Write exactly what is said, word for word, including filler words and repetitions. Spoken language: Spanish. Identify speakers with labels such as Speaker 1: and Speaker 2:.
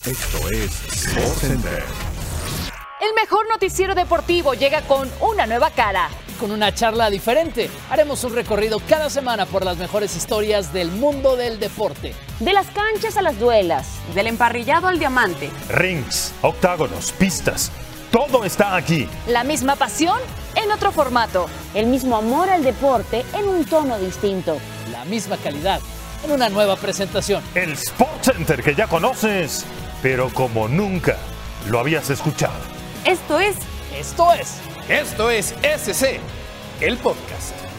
Speaker 1: Esto es SportsCenter.
Speaker 2: El mejor noticiero deportivo llega con una nueva cara.
Speaker 3: Con una charla diferente, haremos un recorrido cada semana por las mejores historias del mundo del deporte.
Speaker 4: De las canchas a las duelas,
Speaker 5: del emparrillado al diamante.
Speaker 6: Rings, octágonos, pistas, todo está aquí.
Speaker 2: La misma pasión en otro formato.
Speaker 4: El mismo amor al deporte en un tono distinto.
Speaker 3: La misma calidad en una nueva presentación.
Speaker 6: El SportsCenter que ya conoces, pero como nunca lo habías escuchado.
Speaker 5: Esto es...
Speaker 3: Esto es...
Speaker 7: Esto es S C, el podcast.